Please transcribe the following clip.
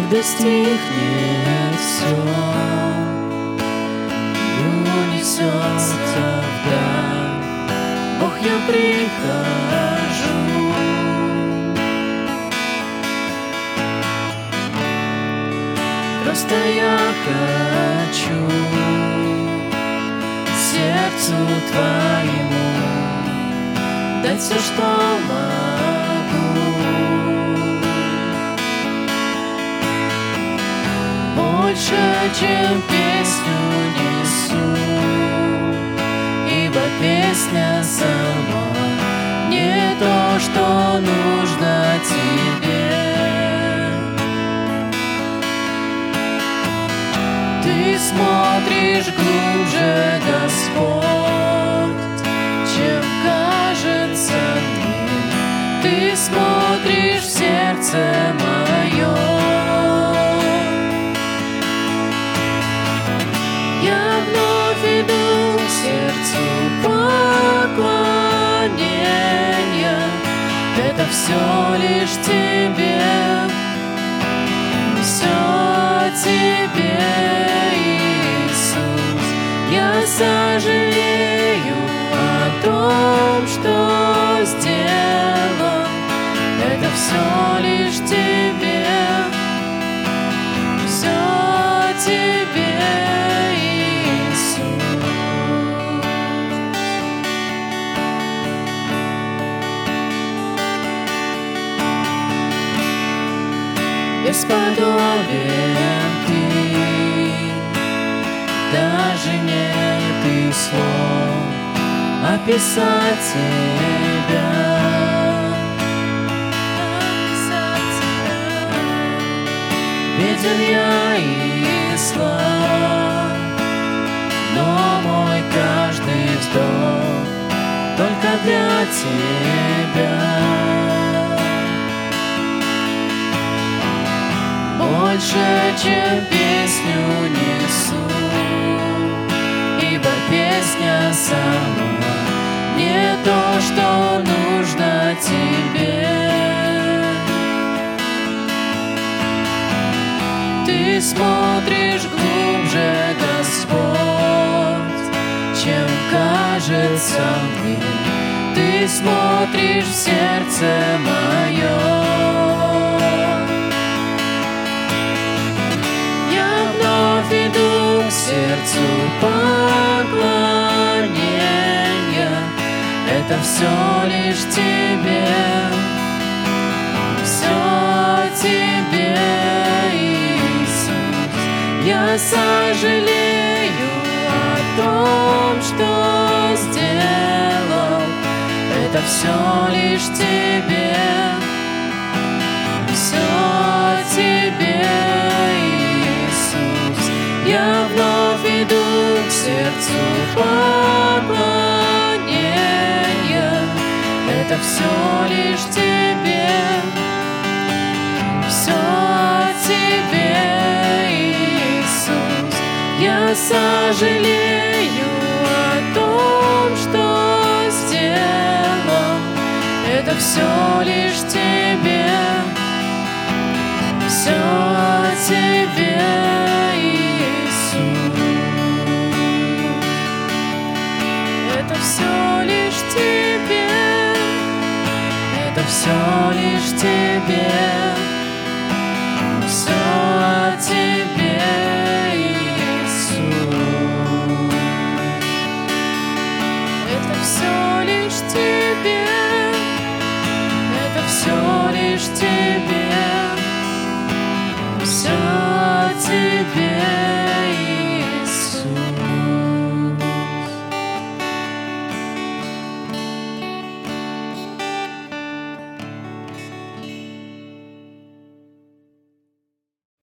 когда стихнет все, унесется вдаль, Бог, я прихожу. Просто я хочу сердцу Твоему дать все, что могу. Больше, чем песню несу, ибо песня сама не то, что нужно Тебе. Ты смотришь глубже, Господь, чем кажется мне. Ты смотришь в сердце мое. Я вновь иду к сердцу поклонения. Это все лишь Тебе, все Тебе, Иисус. Я сожалею о том, что сделал. Это все лишь Тебе, все Тебе, Иисус. Бесподобен Ты, даже нет и слов описать Тебя. Беден я и слаб, но мой каждый вздох только для Тебя. Больше, чем песню несу, ибо песня сама не то, что нужно Тебе. Ты смотришь глубже, Господь, чем кажется мне. Ты смотришь в сердце мое. Иду к сердцу поклонения. Это все лишь Тебе, все Тебе, Иисус. Я сожалею о том, что сделал. Это все лишь Тебе, все Тебе, Иисус. Я вновь иду к сердцу поклонения. Это все лишь Тебе, все Тебе, Иисус. Я сожалею о том, что сделал. Это все лишь Тебе, все Тебе. Это все лишь Тебе, это все лишь Тебе, все Тебе, Иисус. Это все лишь Тебе, это все лишь Тебе, все Тебе.